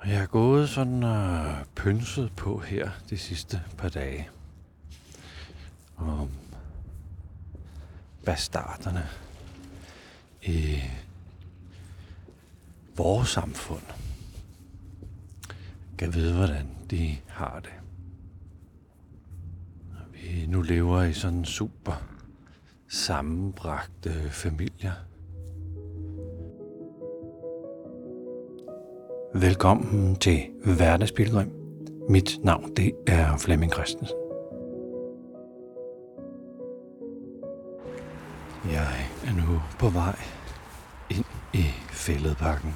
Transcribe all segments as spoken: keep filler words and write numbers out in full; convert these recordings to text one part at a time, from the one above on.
Og jeg har gået sådan og pynset på her de sidste par dage. Om bastarderne i vores samfund. Jeg vide, hvordan de har det. Vi nu lever i sådan super sammenbragte familier. Velkommen til Hverdagspilgrim. Mit navn det er Flemming Christensen. Jeg er nu på vej ind i Fælledparken.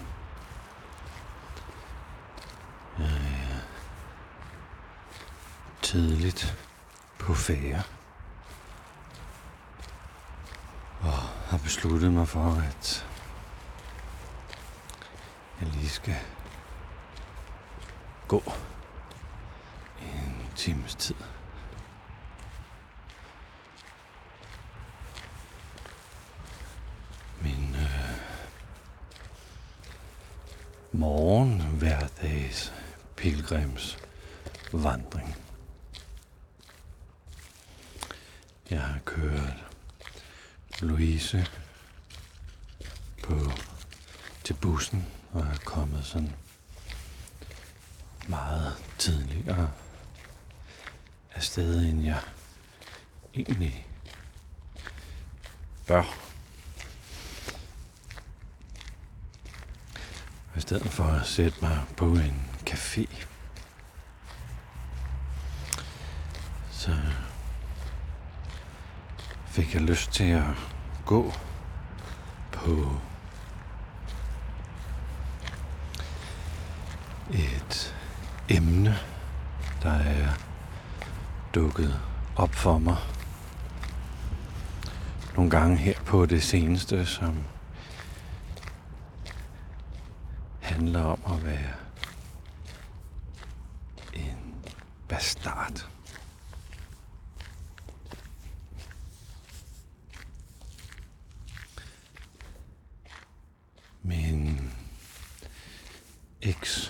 Jeg er tidligt på færre og har besluttet mig for, at jeg lige skal gå en times tid. Min øh, morgen hverdags pilgrims vandring. Jeg har kørt Louise på til bussen og er kommet sådan meget tidligere afsted, end jeg egentlig bør. I stedet for at sætte mig på en café, så fik jeg lyst til at gå på et emne, der er dukket op for mig nogle gange her på det seneste, som handler om at være en bastard. Min eks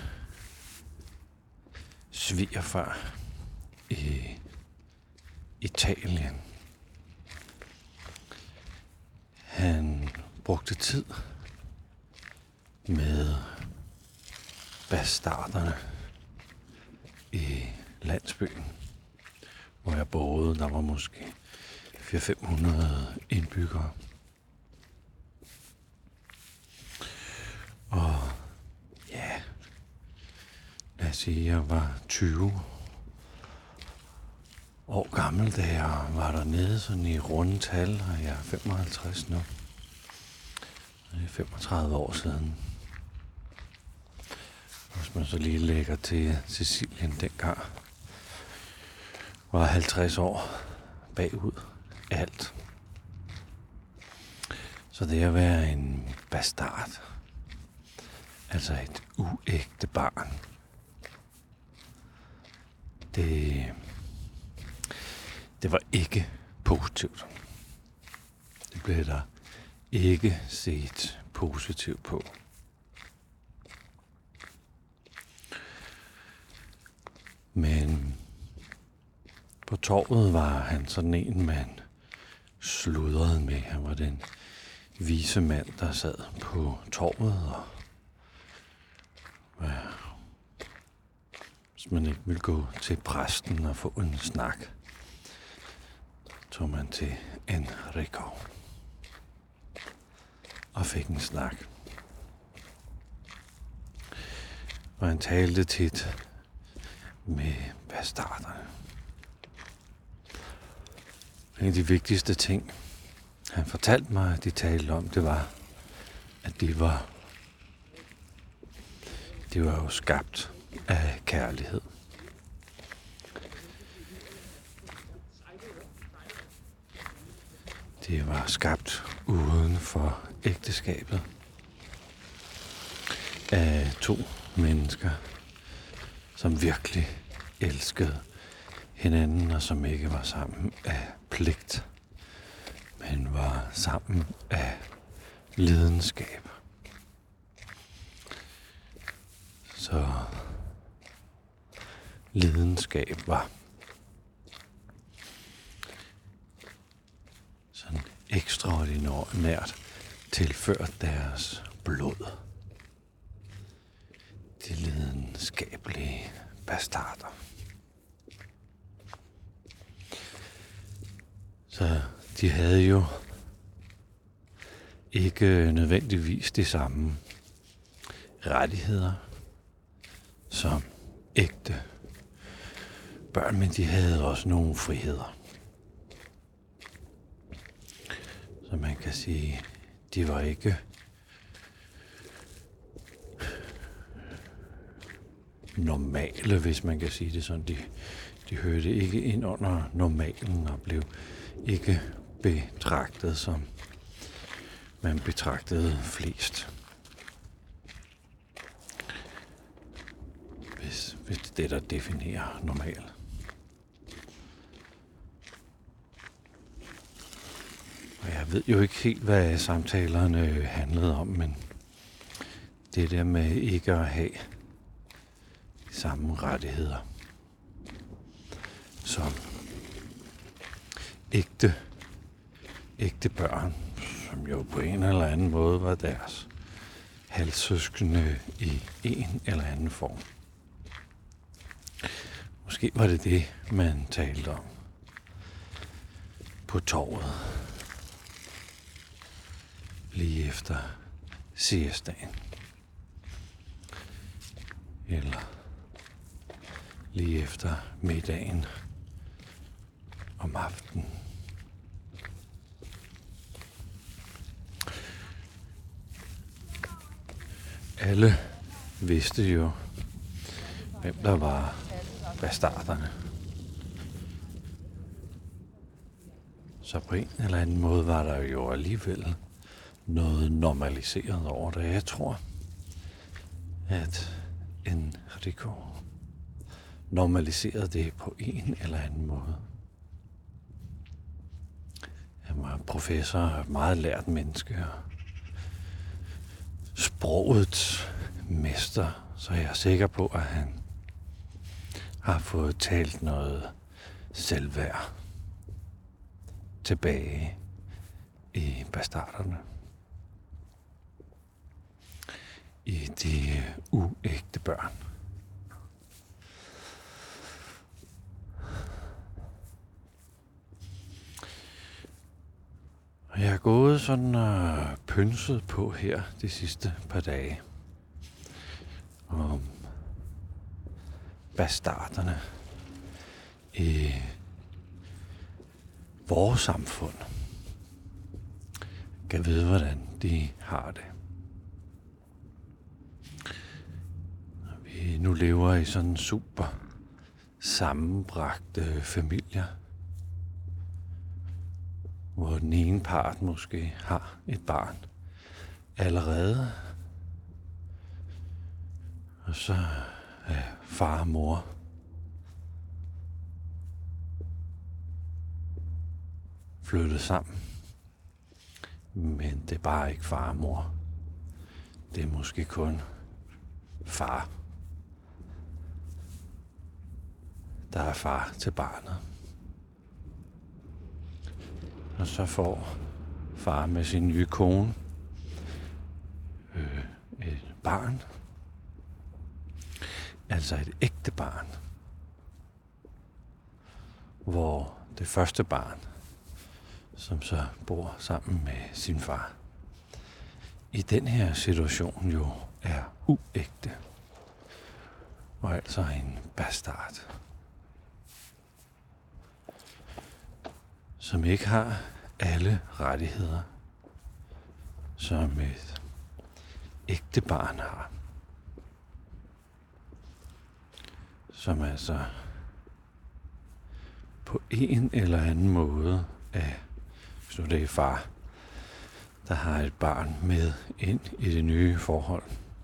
svigerfar i Italien. Han brugte tid med bastarderne i landsbyen, hvor jeg boede. Der var måske fire til fem hundrede indbyggere. Og ja, lad os sige, jeg var tyve år gammel, da jeg var dernede, sådan i runde tal, og jeg er femoghalvtreds nu. Det er femogtredive år siden. Hvis man så lige lægger til Sicilien dengang, var halvtreds år bagud alt. Så det at være en bastard, altså et uægte barn, det, det var ikke positivt. Det blev der ikke set positivt på. Men på torvet var han sådan en, man sludrede med. Han var den vise mand, der sad på torvet, og ja, hvis man ikke ville gå til præsten og få en snak, tog man til Enrico og fik en snak. Og han talte tit med bastarderne. En af de vigtigste ting, han fortalte mig, at de talte om, det var, at de var, de var jo skabt af kærlighed. De var skabt uden for ægteskabet af to mennesker, som virkelig elskede hinanden, og som ikke var sammen af pligt, men var sammen af lidenskab. Så lidenskab var sådan ekstraordinært tilført deres blod. De lidenskabelige bastarder. Så de havde jo ikke nødvendigvis de samme rettigheder som ægte børn, men de havde også nogle friheder. Så man kan sige, de var ikke normale, hvis man kan sige det sådan. De, de hørte ikke ind under normalen og blev ikke betragtet som man betragtede flest. Hvis, hvis det er det, der definerer normal. Og jeg ved jo ikke helt, hvad samtalerne handlede om, men det der med ikke at have de samme rettigheder som ægte, ægte børn, som jo på en eller anden måde var deres halvsøskende i en eller anden form. Måske var det det, man talte om på torvet lige efter siestagen. Eller lige efter middagen om aftenen. Alle vidste jo, hvem der var bastarderne. Så på en eller anden måde var der jo alligevel noget normaliseret over det. Jeg tror, at Enrico normaliserede det på en eller anden måde. Han var professor og et meget lært menneske og sprogets mester, så jeg er sikker på, at han har fået talt noget selvværd tilbage i bastarderne. I de uægte børn. Og jeg har gået sådan og pynset på her de sidste par dage om bastarderne i vores samfund. Jeg kan vide, hvordan de har det. Vi nu lever i sådan super sammenbragte familier, hvor den ene part måske har et barn allerede, og så er far og mor flyttet sammen, men det er bare ikke far og mor. Det er måske kun far, der er far til barnet. Og så får far med sin nye kone øh, et barn. Altså et ægte barn. Hvor det første barn, som så bor sammen med sin far, i den her situation jo er uægte. Og altså en bastard. Som ikke har alle rettigheder, som et ægte barn har. Som altså på en eller anden måde er, hvis nu det er far, der har et barn med ind i det nye forhold,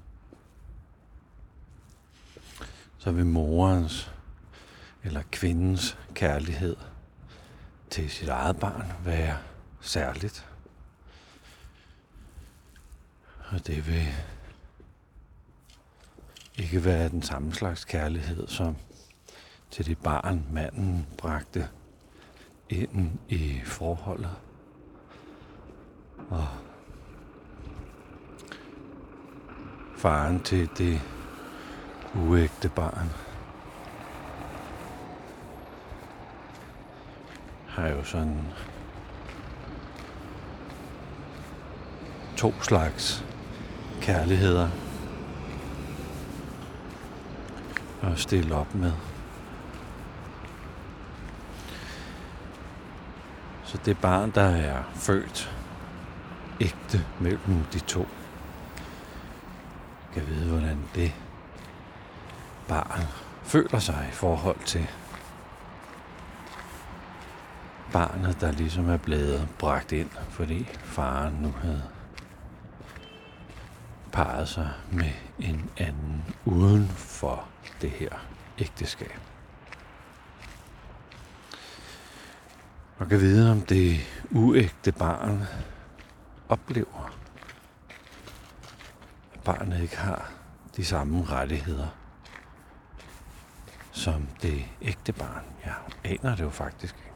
så vil morens eller kvindens kærlighed til sit eget barn være særligt. Og det vil ikke være den samme slags kærlighed som til det barn, manden bragte ind i forholdet. Og faren til det uægte barn har jo sådan to slags kærligheder at stille op med. Så det barn, der er født ægte mellem de to, kan vide, hvordan det barn føler sig i forhold til barnet, der ligesom er blevet bragt ind, fordi faren nu havde parret sig med en anden uden for det her ægteskab. Og kan vide, om det uægte barn oplever, at barnet ikke har de samme rettigheder som det ægte barn. Jeg aner det jo faktisk ikke.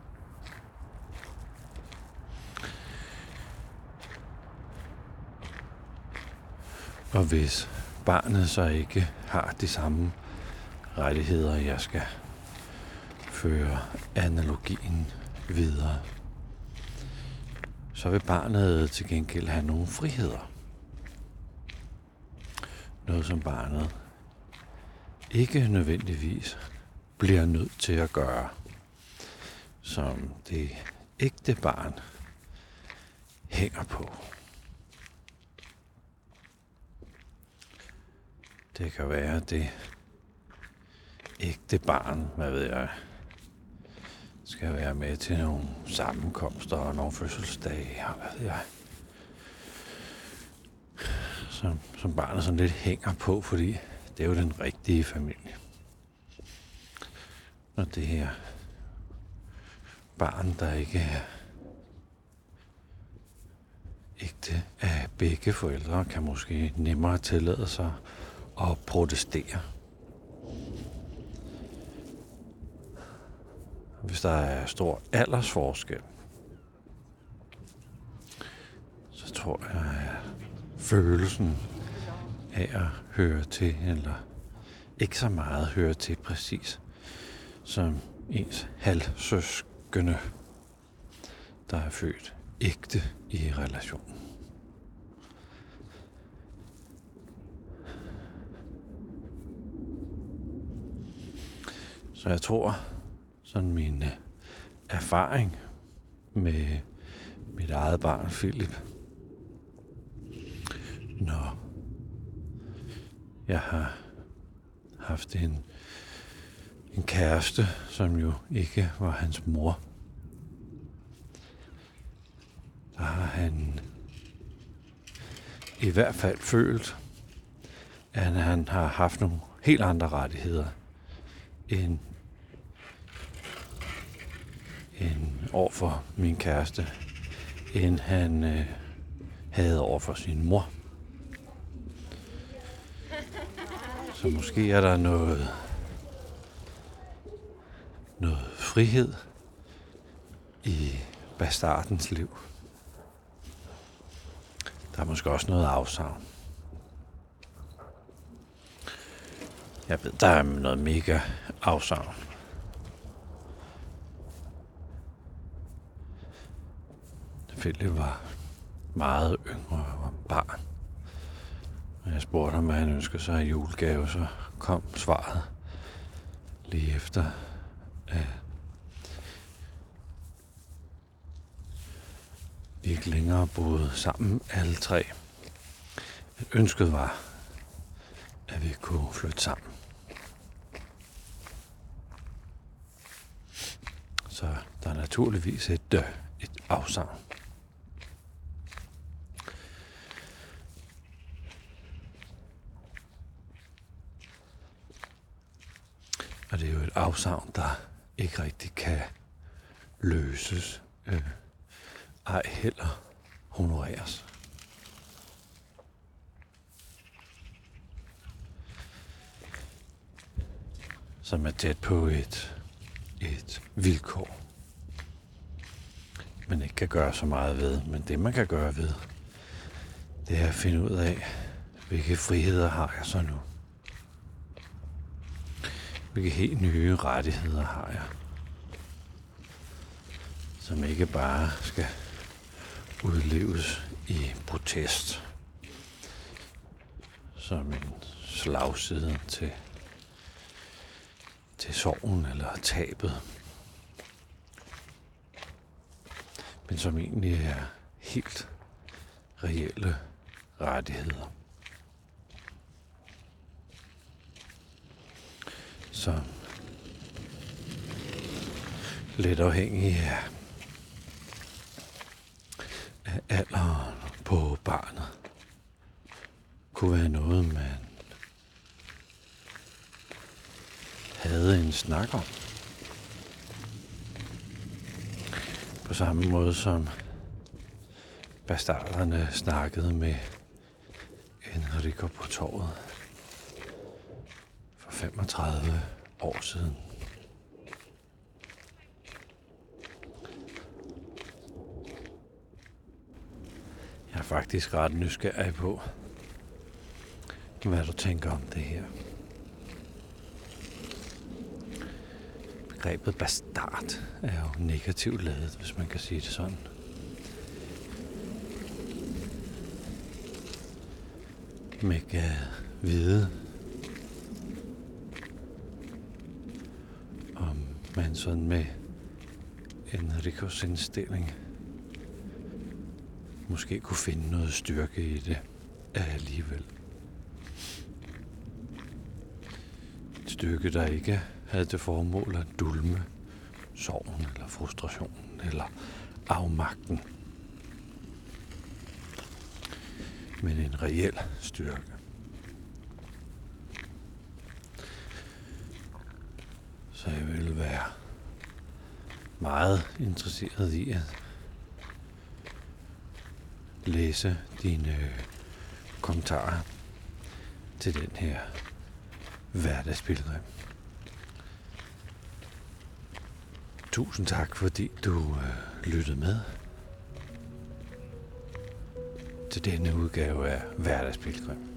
Og hvis barnet så ikke har de samme rettigheder, jeg skal føre analogien videre, så vil barnet til gengæld have nogle friheder. Noget som barnet ikke nødvendigvis bliver nødt til at gøre, som det ægte barn hænger på. Det kan være det ægte barn, hvad ved jeg, skal være med til nogle sammenkomster og nogle fødselsdage, og hvad ved jeg. Som, som barnet sådan lidt hænger på, fordi det er jo den rigtige familie. Og det her barn, der ikke er ægte af begge forældre, kan måske nemmere tillade sig at protestere. Hvis der er stor aldersforskel, så tror jeg, at følelsen af at høre til, eller ikke så meget høre til præcis, som ens halvsøskende, der er født ægte i relationen. Så jeg tror, sådan min erfaring med mit eget barn, Philip, når jeg har haft en, en kæreste, som jo ikke var hans mor, der har han i hvert fald følt, at han har haft nogle helt andre rettigheder end, end over for min kæreste, end han øh, havde over for sin mor. Så måske er der noget, noget frihed i bastardens liv. Der er måske også noget afsavn. Jeg ved, der er noget mega afsavn. Philip var meget yngre og var barn. Og jeg spurgte ham, hvad han ønskede sig i julegave, så kom svaret lige efter, at vi ikke længere boede sammen alle tre. Ønsket var, at vi kunne flytte sammen. Så der er naturligvis et, øh, et afsavn. Og det er jo et afsavn, der ikke rigtig kan løses, øh, ej heller honoreres. som er tæt på et, et vilkår, man ikke kan gøre så meget ved. Men det, man kan gøre ved, det er at finde ud af, hvilke friheder har jeg så nu. Hvilke helt nye rettigheder har jeg, som ikke bare skal udleves i protest, som en slagside til, til sorgen eller tabet, men som egentlig er helt reelle rettigheder. Så lidt afhængig af, af alderen på barnet kunne være noget, man havde en snak om. På samme måde som bastarderne snakkede med Enrico på torvet for femogtredive år siden. Jeg er faktisk ret nysgerrig på, hvad du tænker om det her. Begrebet bastard er jo negativt ladet, hvis man kan sige det sådan. Man kan vide, om man sådan med Enricos indstilling måske kunne finde noget styrke i det alligevel. Et stykke, der ikke havde det formål at dulme sorgen eller frustrationen eller afmagten, men en reel styrke. Så jeg vil være meget interesseret i at læse dine kommentarer til den her hverdagspilgrim. Tusind tak, fordi du øh, lyttede med til denne udgave af Hverdagspilgrim.